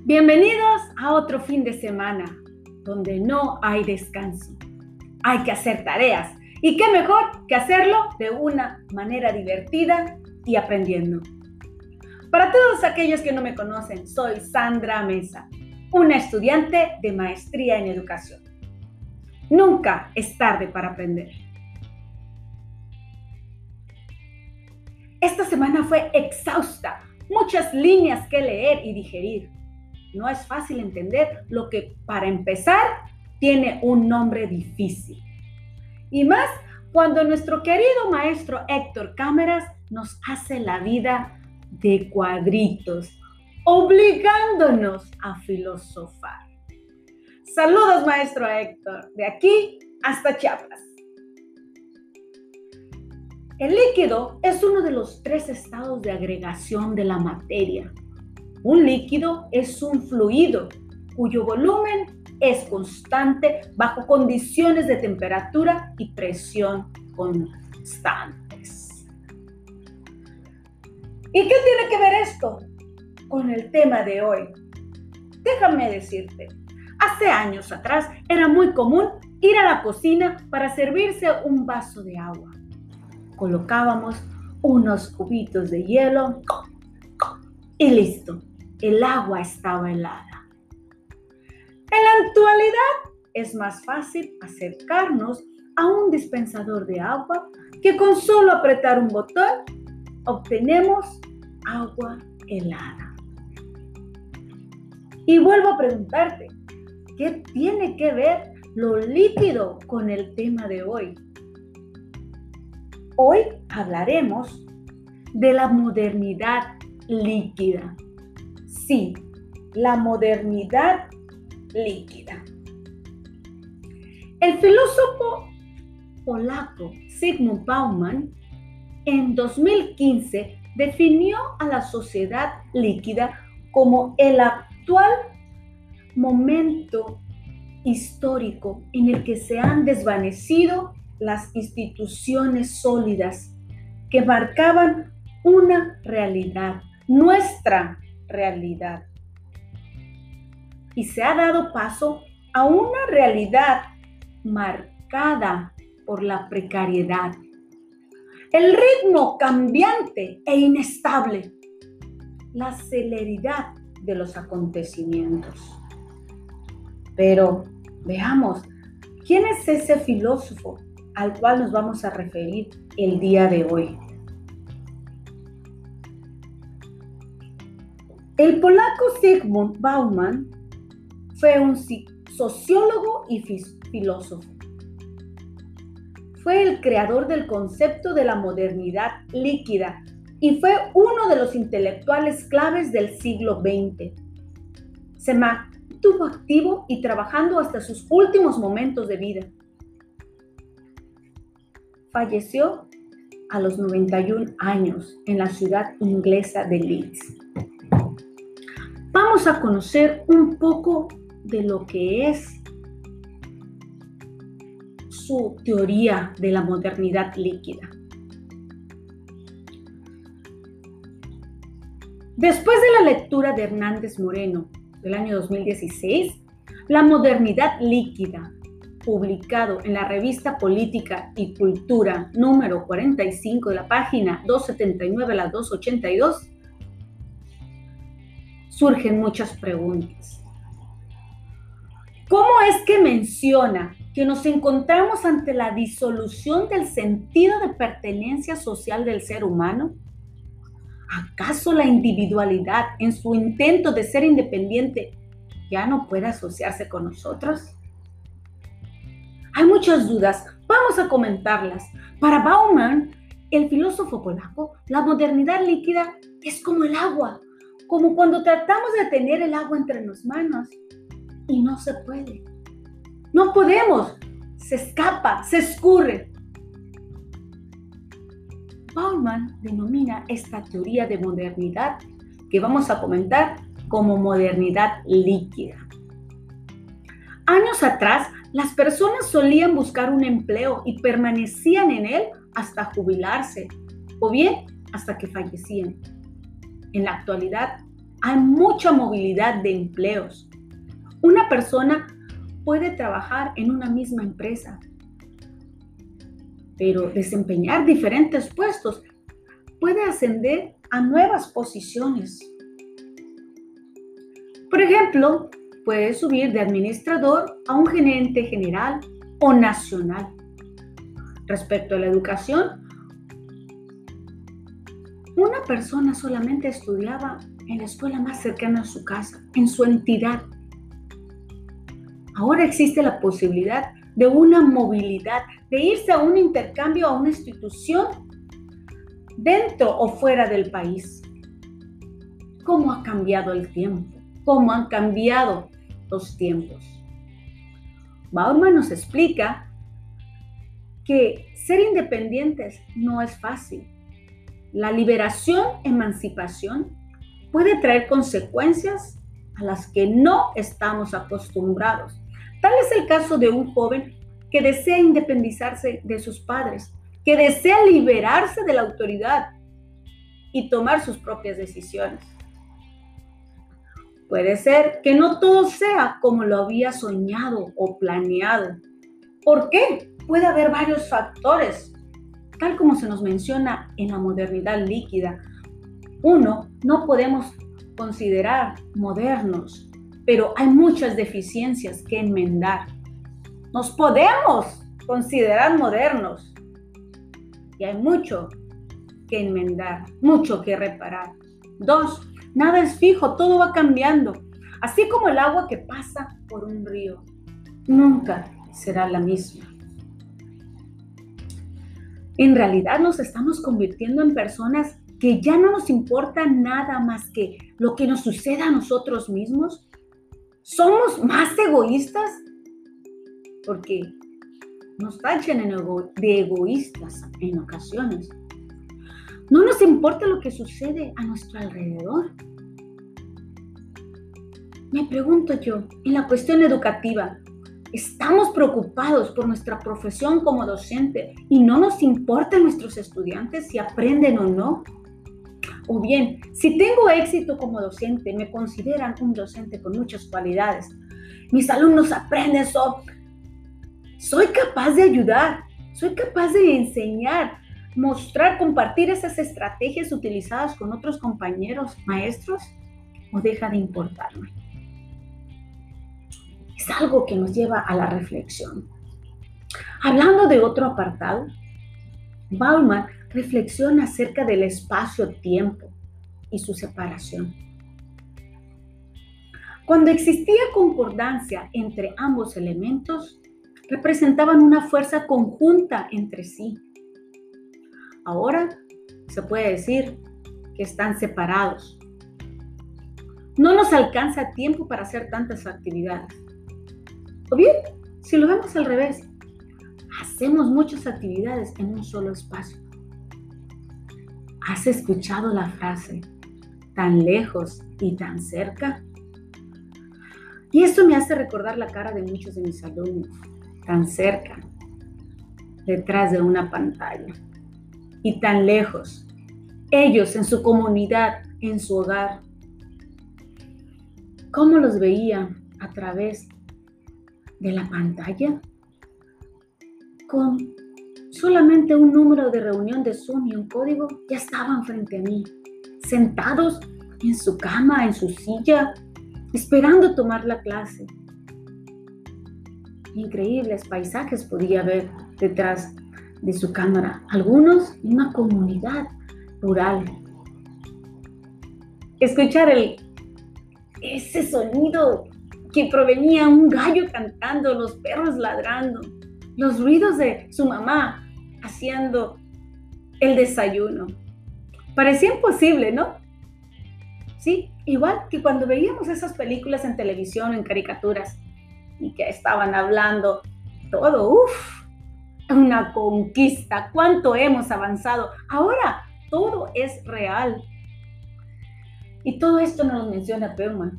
Bienvenidos a otro fin de semana donde no hay descanso. Hay que hacer tareas y qué mejor que hacerlo de una manera divertida y aprendiendo. Para todos aquellos que no me conocen, soy Sandra Mesa, una estudiante de maestría en educación. Nunca es tarde para aprender. Esta semana fue exhausta, muchas líneas que leer y digerir. No es fácil entender lo que, para empezar, tiene un nombre difícil. Y más cuando nuestro querido maestro Héctor Cámaras nos hace la vida de cuadritos, obligándonos a filosofar. Saludos, maestro Héctor, de aquí hasta Chiapas. El líquido es uno de los 3 estados de agregación de la materia. Un líquido es un fluido cuyo volumen es constante bajo condiciones de temperatura y presión constantes. ¿Y qué tiene que ver esto con el tema de hoy? Déjame decirte, hace años atrás era muy común ir a la cocina para servirse un vaso de agua. Colocábamos unos cubitos de hielo y listo, el agua estaba helada. En la actualidad es más fácil acercarnos a un dispensador de agua que con solo apretar un botón obtenemos agua helada. Y vuelvo a preguntarte, ¿qué tiene que ver lo líquido con el tema de hoy? Hoy hablaremos de la modernidad líquida. Sí, la modernidad líquida. El filósofo polaco Zygmunt Bauman en 2015 definió a la sociedad líquida como el actual momento histórico en el que se han desvanecido las instituciones sólidas que marcaban una realidad, nuestra realidad. Y se ha dado paso a una realidad marcada por la precariedad, el ritmo cambiante e inestable, la celeridad de los acontecimientos. Pero veamos, ¿quién es ese filósofo al cual nos vamos a referir el día de hoy? El polaco Zygmunt Bauman fue un sociólogo y filósofo. Fue el creador del concepto de la modernidad líquida y fue uno de los intelectuales claves del siglo XX. Se mantuvo activo y trabajando hasta sus últimos momentos de vida. Falleció a los 91 años en la ciudad inglesa de Leeds. Vamos a conocer un poco de lo que es su teoría de la modernidad líquida. Después de la lectura de Hernández Moreno del año 2016, La modernidad líquida, publicado en la revista Política y Cultura número 45 de la página 279 a la 282, surgen muchas preguntas. ¿Cómo es que menciona que nos encontramos ante la disolución del sentido de pertenencia social del ser humano? ¿Acaso la individualidad, en su intento de ser independiente, ya no puede asociarse con nosotros? Hay muchas dudas, vamos a comentarlas. Para Bauman, el filósofo polaco, la modernidad líquida es como el agua, como cuando tratamos de tener el agua entre las manos y no se puede. No podemos, se escapa, se escurre. Bauman denomina esta teoría de modernidad que vamos a comentar como modernidad líquida. Años atrás, las personas solían buscar un empleo y permanecían en él hasta jubilarse o bien hasta que fallecían. En la actualidad, hay mucha movilidad de empleos. Una persona puede trabajar en una misma empresa, pero desempeñar diferentes puestos, puede ascender a nuevas posiciones. Por ejemplo, puede subir de administrador a un gerente general o nacional. Respecto a la educación, una persona solamente estudiaba en la escuela más cercana a su casa, en su entidad. Ahora existe la posibilidad de una movilidad, de irse a un intercambio a una institución dentro o fuera del país. ¿Cómo ha cambiado el tiempo? ¿Cómo han cambiado los tiempos? Bauman nos explica que ser independientes no es fácil. La liberación, emancipación, puede traer consecuencias a las que no estamos acostumbrados. Tal es el caso de un joven que desea independizarse de sus padres, que desea liberarse de la autoridad y tomar sus propias decisiones. Puede ser que no todo sea como lo había soñado o planeado. ¿Por qué? Puede haber varios factores, tal como se nos menciona en la modernidad líquida. Uno, no podemos considerar modernos, pero hay muchas deficiencias que enmendar. Nos podemos considerar modernos y hay mucho que enmendar, mucho que reparar. Dos, nada es fijo, todo va cambiando. Así como el agua que pasa por un río, nunca será la misma. En realidad nos estamos convirtiendo en personas que ya no nos importa nada más que lo que nos suceda a nosotros mismos. ¿Somos más egoístas? Porque nos tachan de egoístas en ocasiones. No nos importa lo que sucede a nuestro alrededor. Me pregunto yo, en la cuestión educativa, ¿estamos preocupados por nuestra profesión como docente y no nos importan nuestros estudiantes si aprenden o no? O bien, si tengo éxito como docente, me consideran un docente con muchas cualidades. Mis alumnos aprenden, soy capaz de ayudar, soy capaz de enseñar, mostrar, compartir esas estrategias utilizadas con otros compañeros, maestros, o deja de importarme. Es algo que nos lleva a la reflexión. Hablando de otro apartado, Bauman reflexiona acerca del espacio-tiempo y su separación. Cuando existía concordancia entre ambos elementos, representaban una fuerza conjunta entre sí. Ahora se puede decir que están separados. No nos alcanza tiempo para hacer tantas actividades. O bien, si lo vemos al revés, hacemos muchas actividades en un solo espacio. ¿Has escuchado la frase, tan lejos y tan cerca? Y esto me hace recordar la cara de muchos de mis alumnos, tan cerca, detrás de una pantalla, y tan lejos, ellos en su comunidad, en su hogar. ¿Cómo los veía a través de la pantalla? Con solamente un número de reunión de Zoom y un código, ya estaban frente a mí, sentados en su cama, en su silla, esperando tomar la clase. Increíbles paisajes podía ver detrás de su cámara, algunos en una comunidad rural. Escuchar ese sonido que provenía un gallo cantando, los perros ladrando, los ruidos de su mamá haciendo el desayuno. Parecía imposible, ¿no? Sí, igual que cuando veíamos esas películas en televisión, en caricaturas, y que estaban hablando todo, una conquista, cuánto hemos avanzado. Ahora todo es real. Y todo esto nos lo menciona Bauman.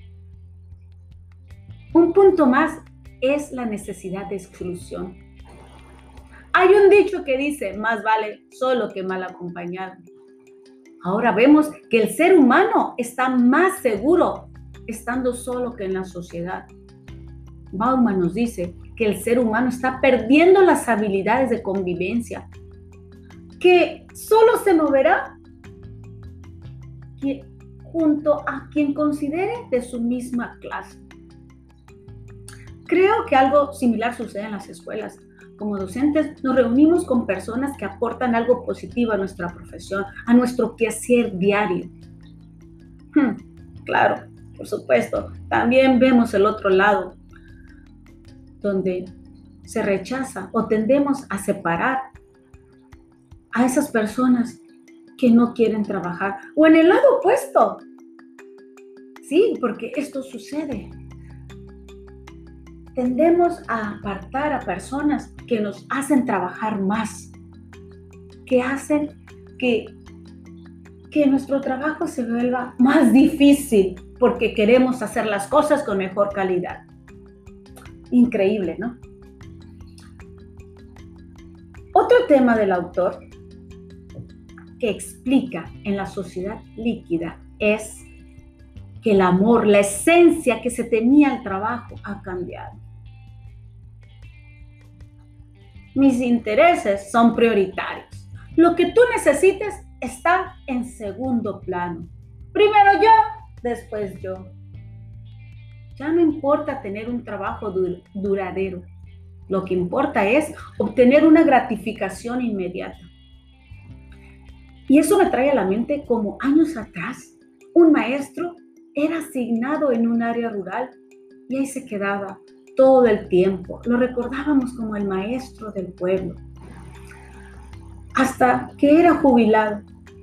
Un punto más es la necesidad de exclusión. Hay un dicho que dice, más vale solo que mal acompañado. Ahora vemos que el ser humano está más seguro estando solo que en la sociedad. Bauman nos dice que el ser humano está perdiendo las habilidades de convivencia, que solo se moverá junto a quien considere de su misma clase. Creo que algo similar sucede en las escuelas. Como docentes nos reunimos con personas que aportan algo positivo a nuestra profesión, a nuestro quehacer diario. Claro, por supuesto, también vemos el otro lado, donde se rechaza o tendemos a separar a esas personas que no quieren trabajar. O en el lado opuesto. Sí, porque esto sucede. Tendemos a apartar a personas que nos hacen trabajar más, que hacen que nuestro trabajo se vuelva más difícil porque queremos hacer las cosas con mejor calidad. Increíble, ¿no? Otro tema del autor que explica en la sociedad líquida es que el amor, la esencia que se tenía al trabajo ha cambiado. Mis intereses son prioritarios. Lo que tú necesites está en segundo plano. Primero yo, después yo. Ya no importa tener un trabajo duradero. Lo que importa es obtener una gratificación inmediata. Y eso me trae a la mente como años atrás, un maestro era asignado en un área rural y ahí se quedaba todo el tiempo. Lo recordábamos como el maestro del pueblo, hasta que era jubilado.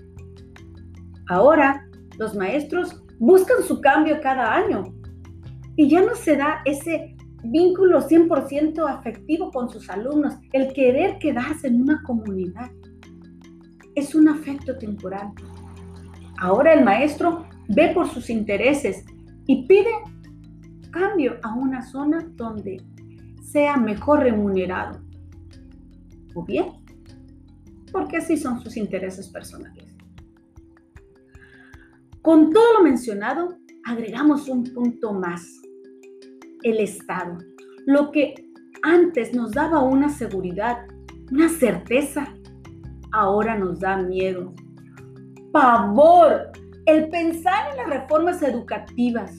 Ahora los maestros buscan su cambio cada año y ya no se da ese vínculo 100% afectivo con sus alumnos, el querer quedarse en una comunidad. Es un afecto temporal. Ahora el maestro ve por sus intereses y pide cambio a una zona donde sea mejor remunerado. O bien, porque así son sus intereses personales. Con todo lo mencionado, agregamos un punto más. El Estado. Lo que antes nos daba una seguridad, una certeza, ahora nos da miedo, pavor, el pensar en las reformas educativas.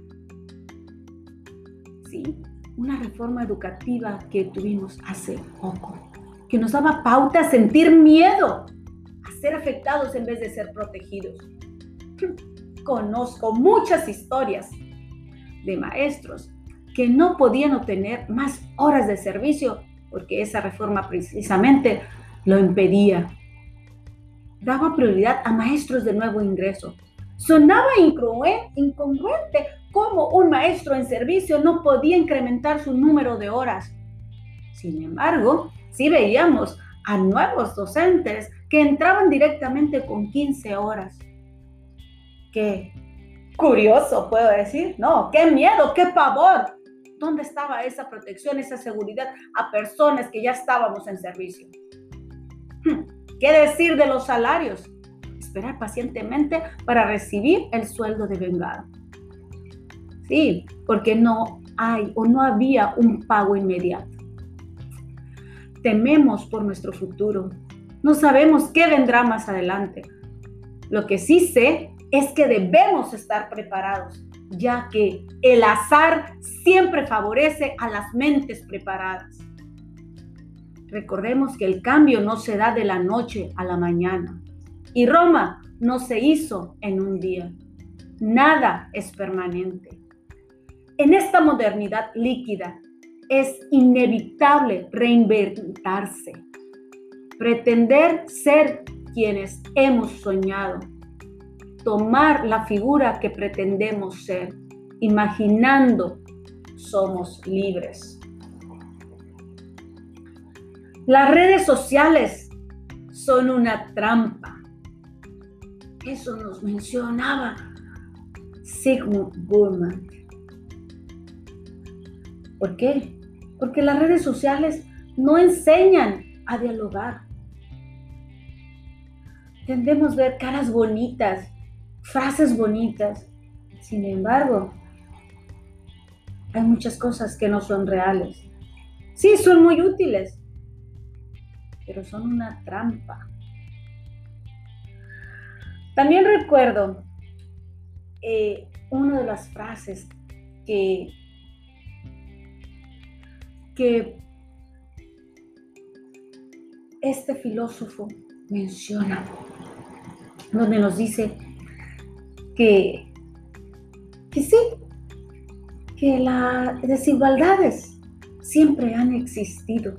Sí, una reforma educativa que tuvimos hace poco, que nos daba pauta a sentir miedo, a ser afectados en vez de ser protegidos. Conozco muchas historias de maestros que no podían obtener más horas de servicio porque esa reforma precisamente lo impedía. Daba prioridad a maestros de nuevo ingreso. Sonaba incongruente cómo un maestro en servicio no podía incrementar su número de horas. Sin embargo, sí veíamos a nuevos docentes que entraban directamente con 15 horas. Qué curioso, puedo decir. No, qué miedo, qué pavor. ¿Dónde estaba esa protección, esa seguridad a personas que ya estábamos en servicio? ¿Qué decir de los salarios? Esperar pacientemente para recibir el sueldo de vengado. Sí, porque no hay o no había un pago inmediato. Tememos por nuestro futuro. No sabemos qué vendrá más adelante. Lo que sí sé es que debemos estar preparados, ya que el azar siempre favorece a las mentes preparadas. Recordemos que el cambio no se da de la noche a la mañana y Roma no se hizo en un día. Nada es permanente. En esta modernidad líquida es inevitable reinventarse, pretender ser quienes hemos soñado, tomar la figura que pretendemos ser, imaginando somos libres. Las redes sociales son una trampa. Eso nos mencionaba Zygmunt Bauman. ¿Por qué? Porque las redes sociales no enseñan a dialogar. Tendemos a ver caras bonitas, frases bonitas. Sin embargo, hay muchas cosas que no son reales. Sí, son muy útiles, pero son una trampa. También recuerdo una de las frases que este filósofo menciona, donde nos dice que sí, que las desigualdades siempre han existido.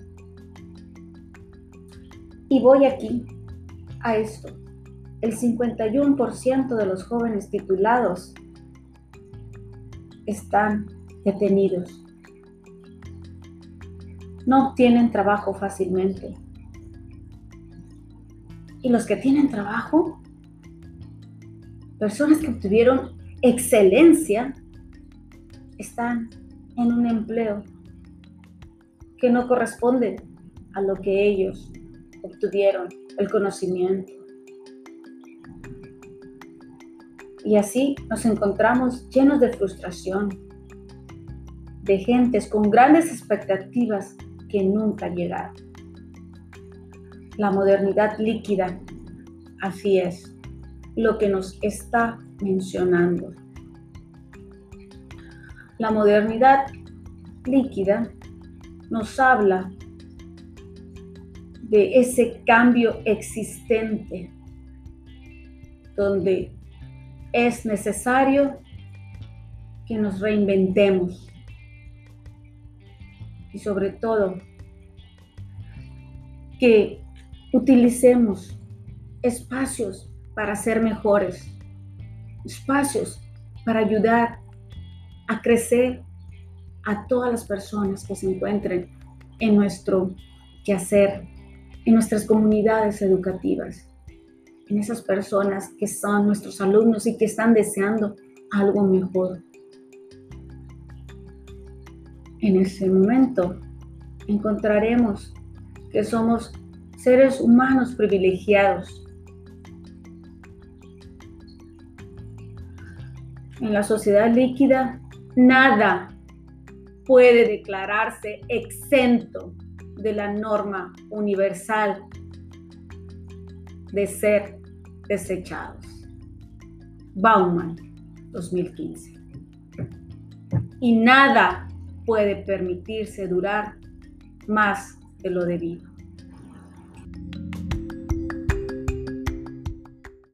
Y voy aquí a esto. El 51% de los jóvenes titulados están detenidos. No obtienen trabajo fácilmente. Y los que tienen trabajo, personas que obtuvieron excelencia, están en un empleo que no corresponde a lo que ellos obtuvieron, el conocimiento. Y así nos encontramos llenos de frustración, de gentes con grandes expectativas que nunca llegaron. La modernidad líquida, así es, lo que nos está mencionando. La modernidad líquida nos habla de ese cambio existente, donde es necesario que nos reinventemos y sobre todo que utilicemos espacios para ser mejores, espacios para ayudar a crecer a todas las personas que se encuentren en nuestro quehacer, en nuestras comunidades educativas, en esas personas que son nuestros alumnos y que están deseando algo mejor. En ese momento encontraremos que somos seres humanos privilegiados. En la sociedad líquida, nada puede declararse exento de la norma universal de ser desechados. Bauman, 2015. Y nada puede permitirse durar más de lo debido.